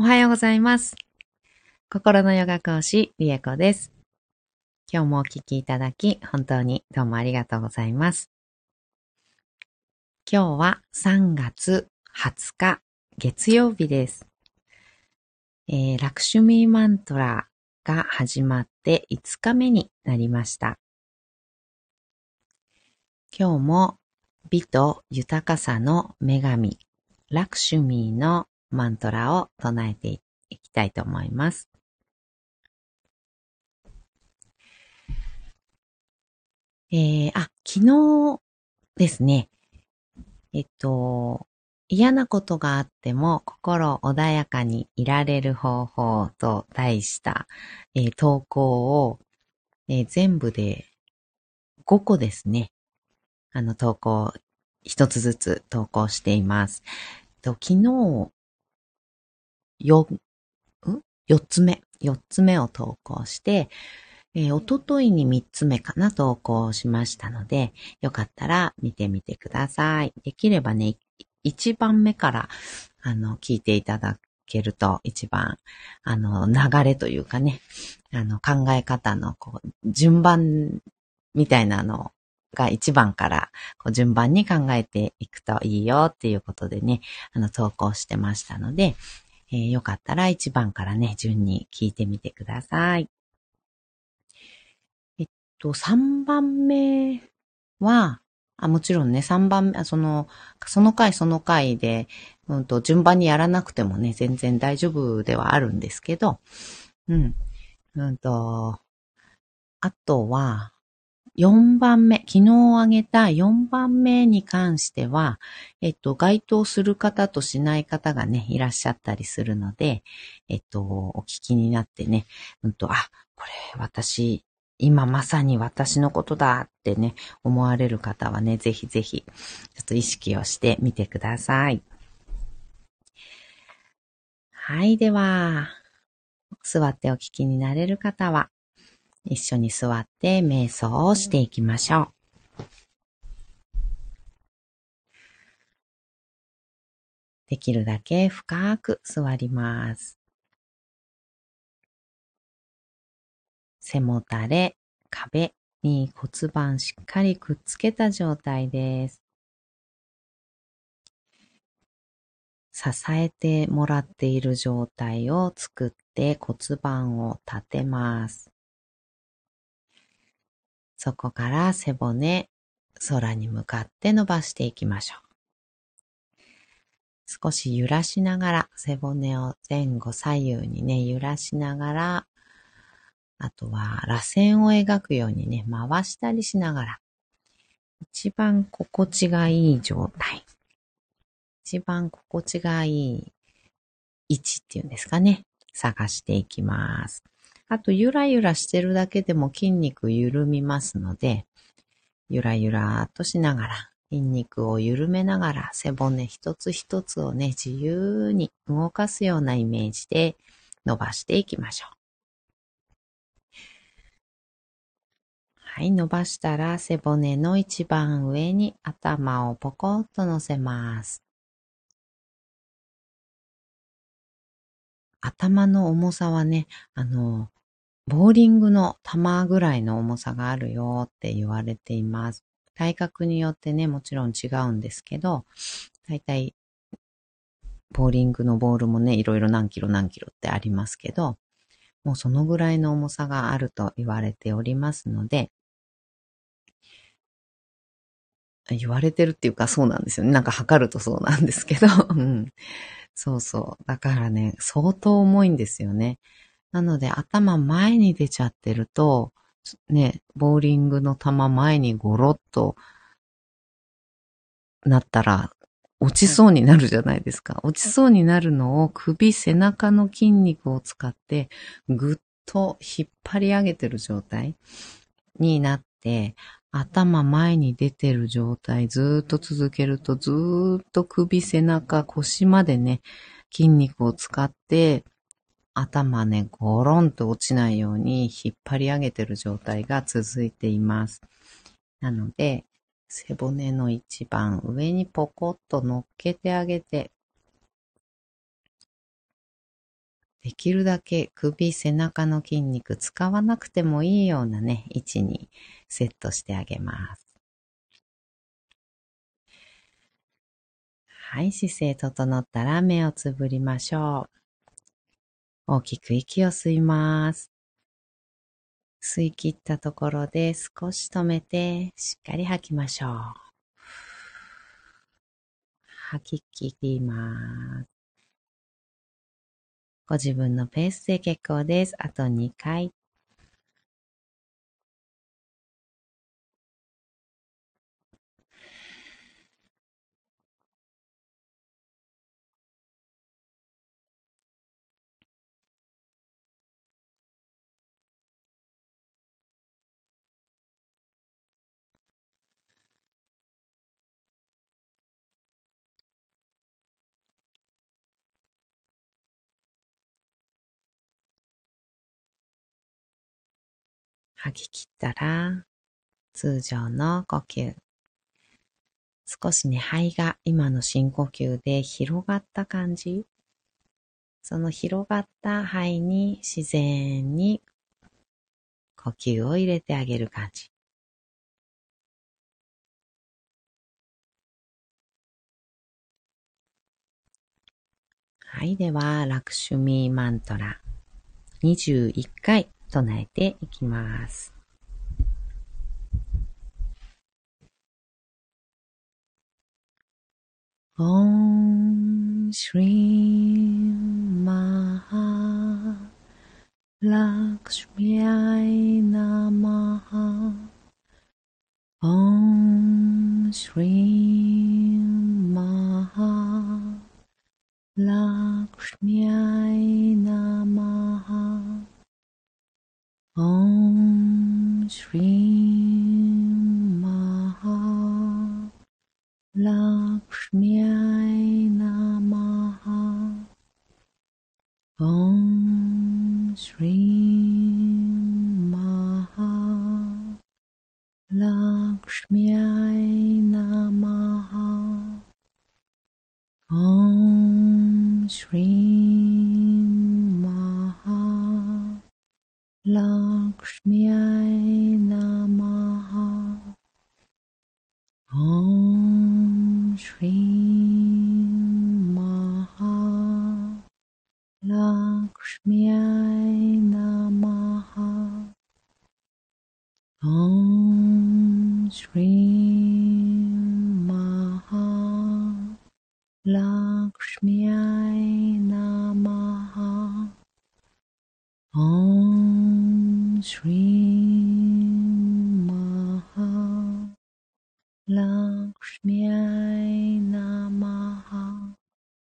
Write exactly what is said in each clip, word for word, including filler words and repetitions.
おはようございます。心のヨガ講師、リエコです。今日もお聞きいただき、本当にどうもありがとうございます。今日はさんがつはつか、月曜日です。えー、ラクシュミーマントラが始まっていつかめになりました。今日も美と豊かさの女神、ラクシュミーのマントラを唱えていきたいと思います。えー、あ、昨日ですね、えっと、嫌なことがあっても心穏やかにいられる方法と題した、えー投稿を、えー全部でごこですね。あの投稿、一つずつ投稿しています。と昨日、よ、ん ?よっ つ目、よっつめを投稿して、えー、おとといにみっつめかな投稿しましたので、よかったら見てみてください。できればね、いちばんめから、あの、聞いていただけると一番、あの、流れというかね、あの、考え方の、こう、順番みたいなのが一番から、こう、順番に考えていくといいよっていうことでね、あの、投稿してましたので、えーよかったら一番からね、順に聞いてみてください。えっと、さんばんめは、あ、もちろんね、さんばんめ、あその、その回その回で、うんと、順番にやらなくてもね、全然大丈夫ではあるんですけど、うん、うんと、あとは、よんばんめ、昨日挙げたよんばんめに関しては、えっと、該当する方としない方がね、いらっしゃったりするので、えっと、お聞きになってね、うんと、あ、これ、私、今まさに私のことだってね、思われる方はね、ぜひぜひ、ちょっと意識をしてみてください。はい、では、座ってお聞きになれる方は、一緒に座って瞑想をしていきましょう。できるだけ深く座ります。背もたれ、壁に骨盤しっかりくっつけた状態です。支えてもらっている状態を作って骨盤を立てます。そこから背骨、空に向かって伸ばしていきましょう。少し揺らしながら、背骨を前後左右にね、揺らしながら、あとは螺旋を描くようにね、回したりしながら、一番心地がいい状態。一番心地がいい位置っていうんですかね。探していきます。あと、ゆらゆらしてるだけでも筋肉緩みますので、ゆらゆらっとしながら、筋肉を緩めながら、背骨一つ一つをね、自由に動かすようなイメージで伸ばしていきましょう。はい、伸ばしたら背骨の一番上に頭をポコッと乗せます。頭の重さはね、あの、ボーリングの球ぐらいの重さがあるよって言われています。体格によってね、もちろん違うんですけど、だいたいボーリングのボールもね、いろいろ何キロ何キロってありますけど、もうそのぐらいの重さがあると言われておりますので、言われてるっていうかそうなんですよね。なんか測るとそうなんですけど、うん。そうそう。だからね、相当重いんですよね。なので頭前に出ちゃってると、ね、ボーリングの球前にゴロッとなったら落ちそうになるじゃないですか。落ちそうになるのを首、背中の筋肉を使ってぐっと引っ張り上げてる状態になって、頭前に出てる状態ずーっと続けるとずーっと首、背中、腰までね、筋肉を使って頭ね、ゴロンと落ちないように引っ張り上げてる状態が続いています。なので、背骨の一番上にポコッと乗っけてあげて、 できるだけ首、背中の筋肉使わなくてもいいようなね、位置にセットしてあげます。はい、姿勢整ったら目をつぶりましょう。大きく息を吸います。吸い切ったところで少し止めて、しっかり吐きましょう。吐き切ります。ご自分のペースで結構です。あとにかい。吐き切ったら、通常の呼吸。少しね、肺が今の深呼吸で広がった感じ。その広がった肺に自然に呼吸を入れてあげる感じ。はい、では、ラクシュミーマントラにじゅういっかい唱えていきます。オンシュリマハラクシュミアイナマハオンシュリマハラクシュミアイナマハオンシュリマハラクシュミアイナマハオンシュリマハラクシュミアイナマハオンシュリマハラクシュミアイナマハオンシュリマハラクシュミアイナマハオンシュリマハラクシュミアイナマハオンシュリマハラクシュミアイナマハ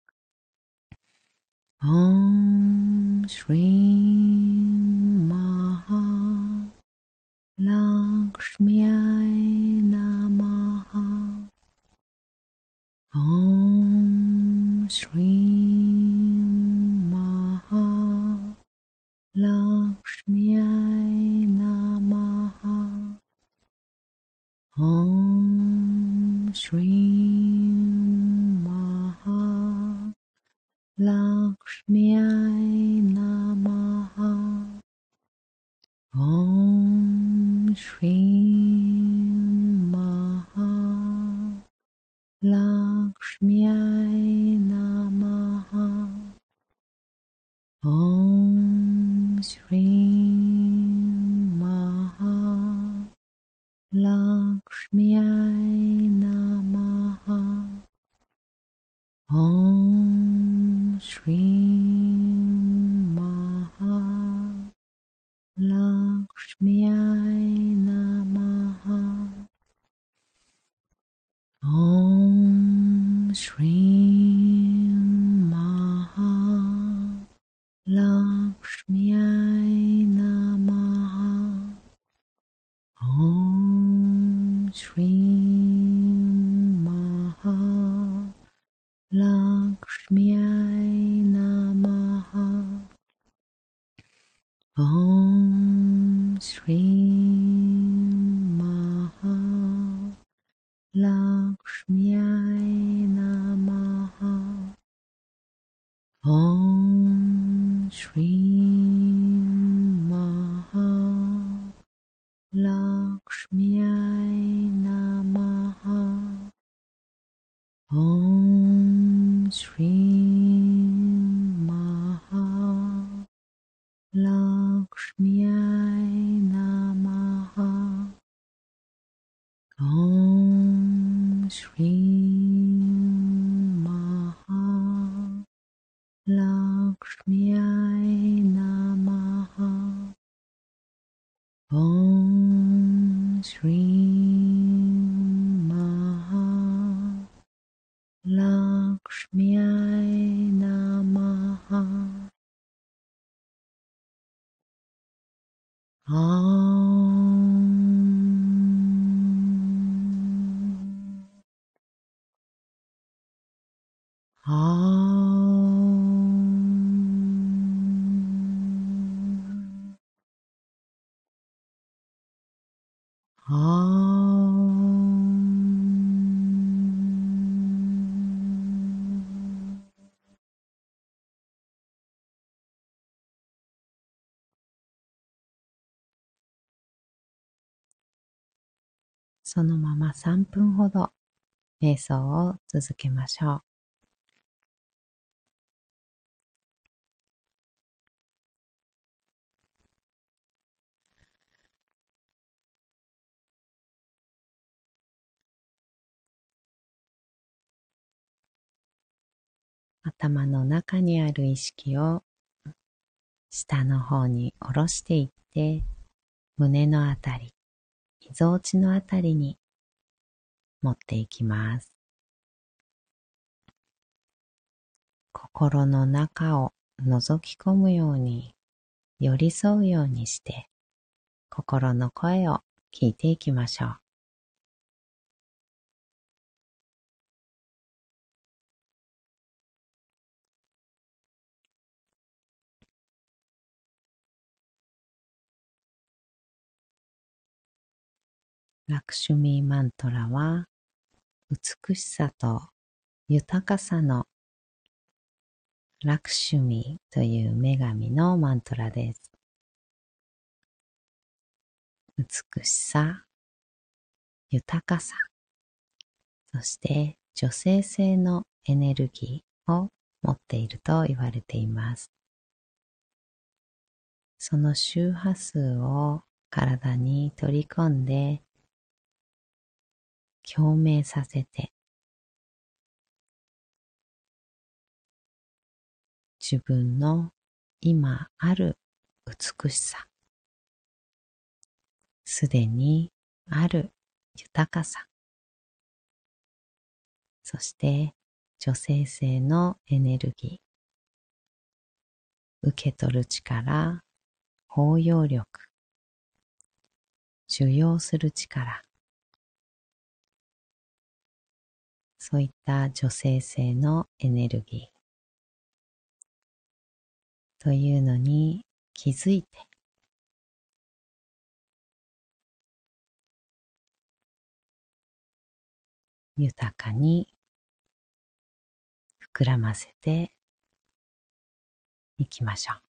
オンシュリマハラクシュミアイナマハオンシュリマハラクシュミアイナマハオンシュリマハラクシュミアイナマハオンシュリマハラクシュミアイナマハオンシュリマハラクシュミアイナマハオンシュリマハラクシュミアイナマハオンシュリマハラクシュミアイナマハオンシュリマハラクシュミアイナマハオンシュリマハラクシュミアイナマハオンシュ Shrim Maha Lakshmiyai Namaha. Om Shrim Maha Lakshmiyai Namaha. Om Shrim Maha Lakshmiyai Namaha. Om Shrim Maha Lakshmiyai Namaha. Om. Om. Om。そのままさんぷんほど瞑想を続けましょう。頭の中にある意識を下の方に下ろしていって、胸のあたり、みぞおちのあたりに持っていきます。心の中を覗き込むように、寄り添うようにして、心の声を聞いていきましょう。ラクシュミーマントラは、美しさと豊かさのラクシュミーという女神のマントラです。美しさ、豊かさ、そして女性性のエネルギーを持っていると言われています。その周波数を体に取り込んで共鳴させて、自分の今ある美しさ、すでにある豊かさ、そして女性性のエネルギー、受け取る力、包容力、受容する力、そういった女性性のエネルギーというのに気づいて、豊かに膨らませていきましょう。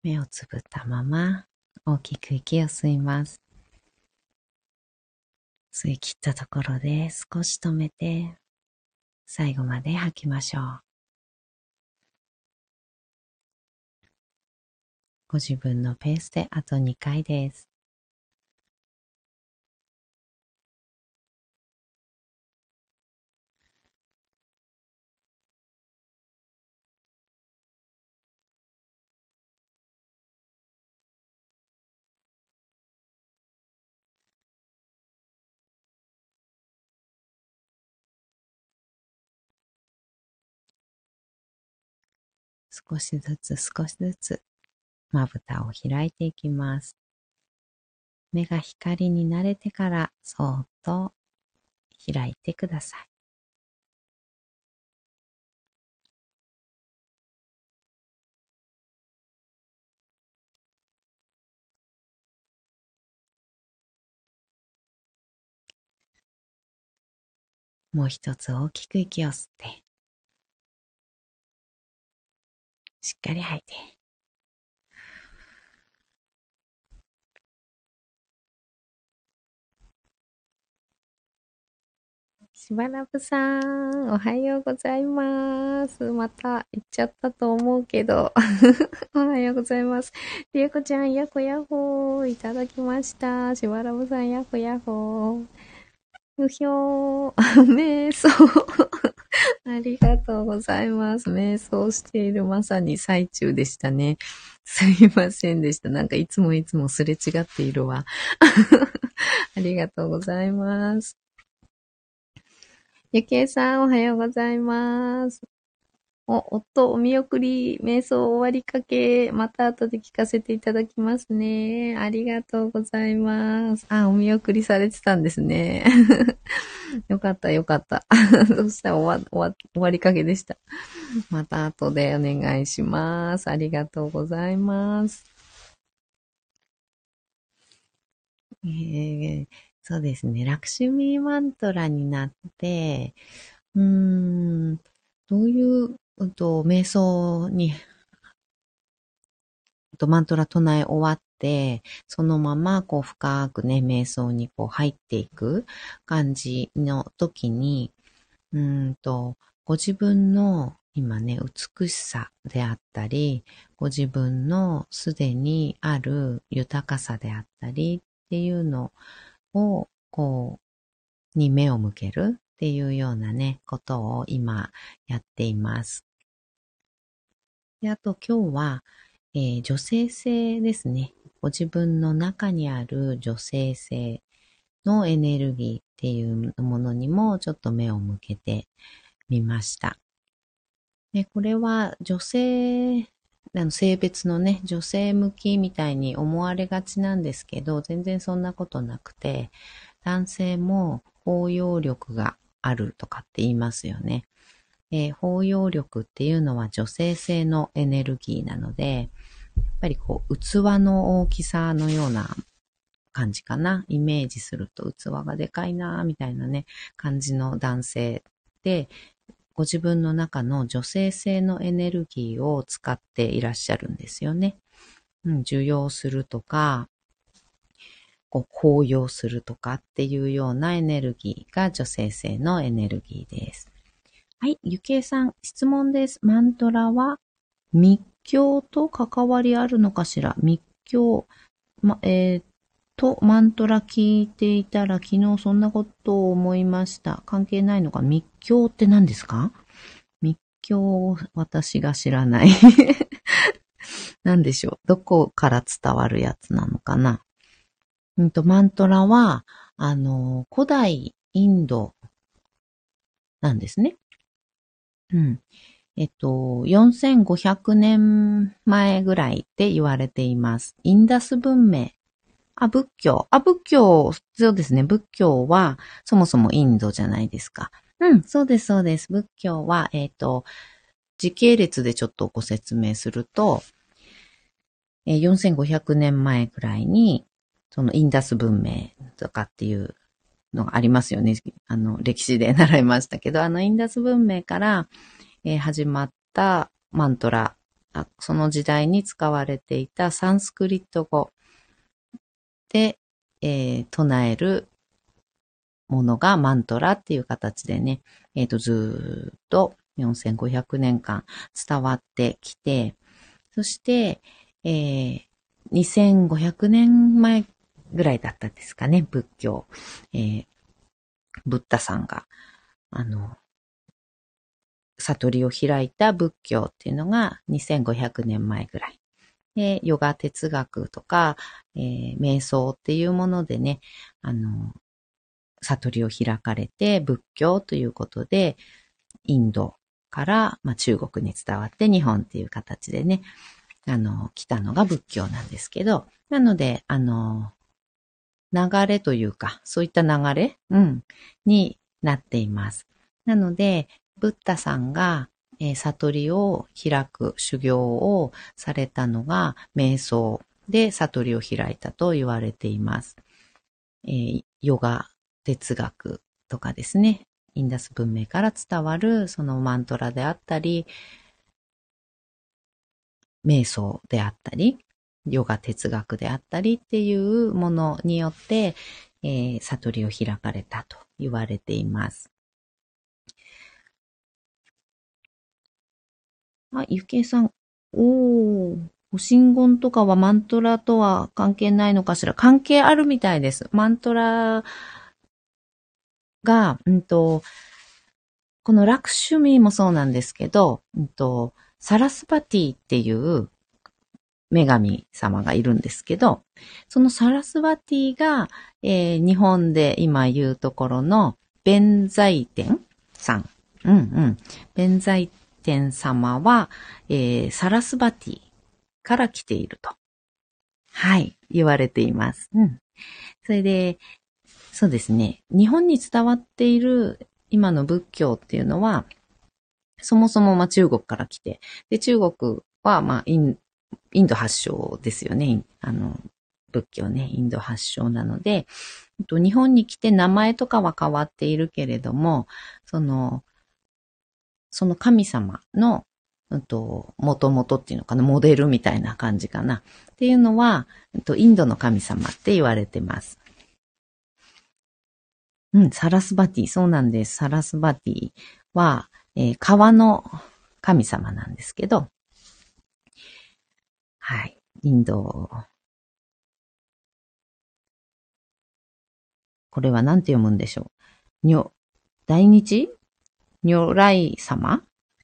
目をつぶったまま大きく息を吸います。吸い切ったところで少し止めて最後まで吐きましょう。ご自分のペースであとにかいです。少しずつ少しずつまぶたを開いていきます。目が光に慣れてからそーっと開いてください。もう一つ大きく息を吸って、しっかり吐いて。しばらぶさん、おはようございます。また行っちゃったと思うけど。おはようございます。りえこちゃん、やっほやっほー。いただきました。しばらぶさん、やっほやっほー。うひょー。瞑想。ありがとうございます。瞑想しているまさに最中でしたね。すいませんでした。なんかいつもいつもすれ違っているわ。ありがとうございます。ゆきえさん、おはようございます。お、夫、お見送り、瞑想終わりかけ、また後で聞かせていただきますね。ありがとうございます。あ、お見送りされてたんですね。よかった、よかった。そしたら終わ、終わ、終わりかけでした。また後でお願いします。ありがとうございます。えー、そうですね。ラクシュミーマントラになって、うーん、どういう、うんと、瞑想に、とマントラ唱え終わって、そのままこう深くね、瞑想にこう入っていく感じの時に、うーんと、ご自分の今ね、美しさであったり、ご自分のすでにある豊かさであったりっていうのを、こう、に目を向けるっていうようなね、ことを今やっています。で、あと今日は、えー女性性ですね。ご自分の中にある女性性のエネルギーっていうものにもちょっと目を向けてみました。で、これは女性、あの性別のね、女性向きみたいに思われがちなんですけど、全然そんなことなくて、男性も包容力があるとかって言いますよね。えー包容力っていうのは女性性のエネルギーなので、やっぱりこう、器の大きさのような感じかな。イメージすると器がでかいなみたいなね、感じの男性で、ご自分の中の女性性のエネルギーを使っていらっしゃるんですよね。うん、受容するとか、こう包容するとかっていうようなエネルギーが女性性のエネルギーです。はい、ゆきえさん、質問です。マントラは密教と関わりあるのかしら？密教、ま、えー、と、マントラ聞いていたら昨日そんなことを思いました。関係ないのか？密教って何ですか？密教、私が知らない。何でしょう？どこから伝わるやつなのかな？うんと、マントラは、あの、古代インドなんですね。うん。えっと、よんせんごひゃくねんまえぐらいって言われています。インダス文明。あ、仏教。あ、仏教、そうですね。仏教は、そもそもインドじゃないですか。うん、そうです、そうです。仏教は、えっと、時系列でちょっとご説明すると、えーよんせんごひゃくねんまえぐらいに、そのインダス文明とかっていうのがありますよね。あの、歴史で習いましたけど、あのインダス文明から、えー始まったマントラあその時代に使われていたサンスクリット語で、えー唱えるものがマントラっていう形でね、えっと、ずーっとよんせんごひゃくねんかん伝わってきて、そして、えーにせんごひゃくねんまえぐらいだったですかね、仏教。えーブッダさんが、あの、悟りを開いた仏教っていうのがにせんごひゃくねんまえぐらい。で、ヨガ哲学とか、えー瞑想っていうものでね、あの、悟りを開かれて仏教ということで、インドから、まあ、中国に伝わって日本っていう形でね、あの、来たのが仏教なんですけど、なので、あの、流れというか、そういった流れ、うん、になっています。なので、ブッダさんが、えー悟りを開く修行をされたのが瞑想で悟りを開いたと言われています。えーヨガ哲学とかですね、インダス文明から伝わるそのマントラであったり、瞑想であったり、ヨガ哲学であったりっていうものによって、えー悟りを開かれたと言われています。あ、ゆけいさん、おー、ご神言とかはマントラとは関係ないのかしら？関係あるみたいです。マントラが、うんと、このラクシュミーもそうなんですけど、うんと、サラスバティっていう女神様がいるんですけど、そのサラスバティが、えー日本で今言うところの弁財天さん。うんうん。弁財天様は、えーサラスバティから来ていると。はい。言われています。うん。それで、そうですね。日本に伝わっている今の仏教っていうのは、そもそもまあ中国から来て、で、中国はまあインインド発祥ですよね。あの、仏教ね、インド発祥なので、日本に来て名前とかは変わっているけれども、その、その神様の、うんと、元々っていうのかな、モデルみたいな感じかな。っていうのは、うんと、インドの神様って言われてます。うん、サラスバティ、そうなんです。サラスバティは、えー川の神様なんですけど、はい。インド、これは何て読むんでしょう。にょ、大日如来様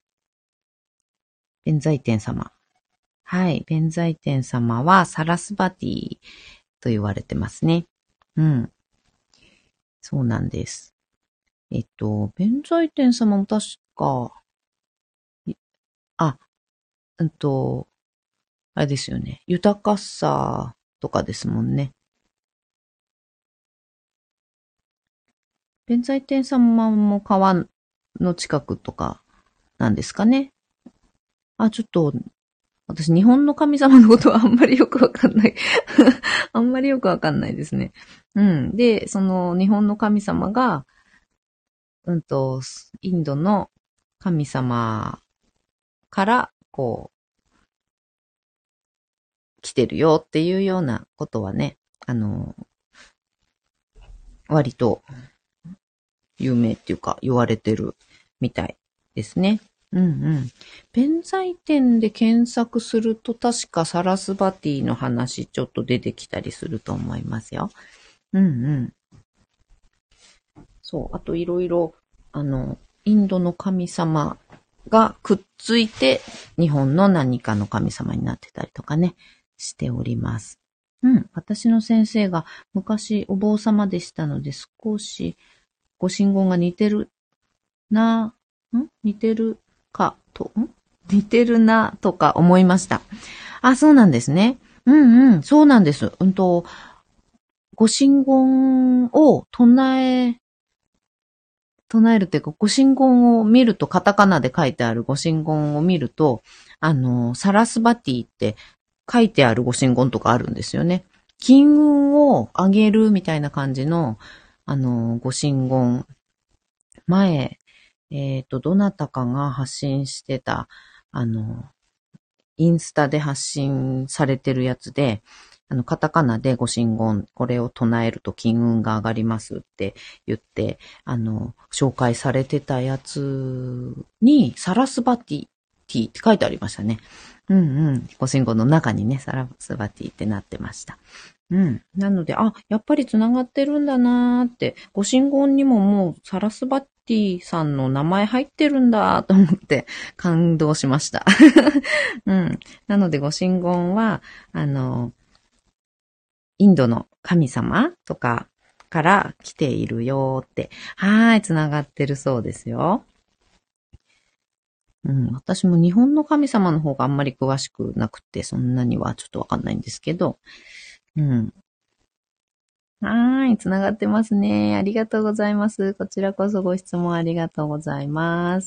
弁財天様。はい。弁財天様はサラスバティと言われてますね。うん。そうなんです。えっと、弁財天様も確か、いあ、うんと、あれですよね。豊かさとかですもんね。弁財天様も川の近くとかなんですかね。あ、ちょっと、私日本の神様のことはあんまりよくわかんない。あんまりよくわかんないですね。うん。で、その日本の神様が、うんと、インドの神様から、こう、来てるよっていうようなことはね、あの、割と有名っていうか言われてるみたいですね。うんうん。弁財天で検索すると確かサラスバティの話ちょっと出てきたりすると思いますよ。うんうん。そう。あといろいろ、あの、インドの神様がくっついて日本の何かの神様になってたりとかね、しております。うん。私の先生が昔お坊様でしたので少しご神言が似てるな、ん似てるかと、ん似てるなとか思いました。あ、そうなんですね。うんうん、そうなんです。うんと、ご神言を唱え、唱えるっていうか、ご神言を見ると、カタカナで書いてあるご神言を見ると、あの、サラスバティって書いてあるご神言とかあるんですよね。金運を上げるみたいな感じの、あの、ご神言。前、えっと、どなたかが発信してた、あの、 インスタで発信されてるやつで、あの、カタカナでご神言、これを唱えると金運が上がりますって言って、あの、紹介されてたやつに、サラスバティティって書いてありましたね。うんうん。ご神言の中にね、サラスバティってなってました。うん。なので、あ、やっぱり繋がってるんだなーって、ご神言にももうサラスバティさんの名前入ってるんだと思って感動しました。うん。なので、ご神言は、あの、インドの神様とかから来ているよって、はーい、繋がってるそうですよ。うん、私も日本の神様の方があんまり詳しくなくて、そんなにはちょっとわかんないんですけど、うん。はーい、繋がってますね。ありがとうございます。こちらこそご質問ありがとうございます。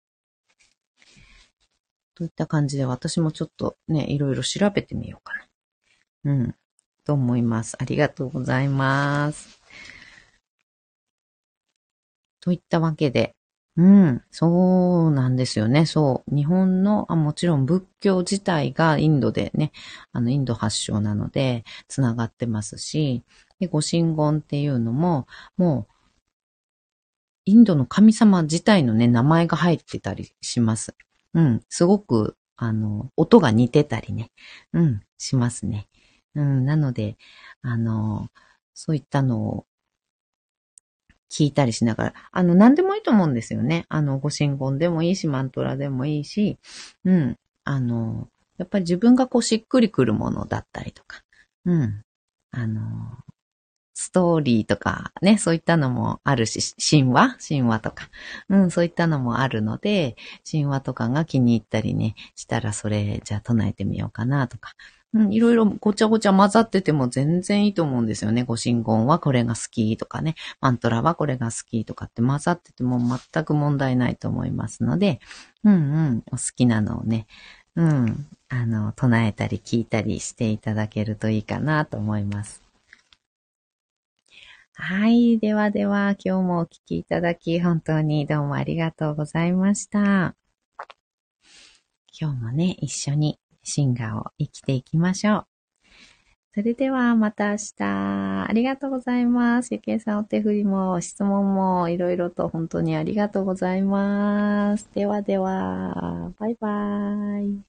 といった感じで私もちょっとね、いろいろ調べてみようかな。うん。と思います。ありがとうございます。といったわけで、うん、そうなんですよね。そう。日本の、あ、もちろん仏教自体がインドでね、あの、インド発祥なので、つながってますし、で、ご神言っていうのも、もう、インドの神様自体のね、名前が入ってたりします。うん、すごく、あの、音が似てたりね、うん、しますね。うん、なので、あの、そういったのを聞いたりしながら、あの、何でもいいと思うんですよね。あの、ご神言でもいいし、マントラでもいいし、うん。あの、やっぱり自分がこうしっくりくるものだったりとか、うん。あの、ストーリーとかね、そういったのもあるし、神話神話とか、うん、そういったのもあるので、神話とかが気に入ったりね、したらそれ、じゃあ唱えてみようかなとか、うん、いろいろごちゃごちゃ混ざってても全然いいと思うんですよね。ご神言はこれが好きとかね、マントラはこれが好きとかって混ざってても全く問題ないと思いますので、うんうん、お好きなのをね、うん、あの、唱えたり聞いたりしていただけるといいかなと思います。はい。ではでは、今日もお聞きいただき、本当にどうもありがとうございました。今日もね、一緒にシンガーを生きていきましょう。それではまた明日。ありがとうございます。ゆけいさんお手振りも質問もいろいろと本当にありがとうございます。ではでは、バイバーイ。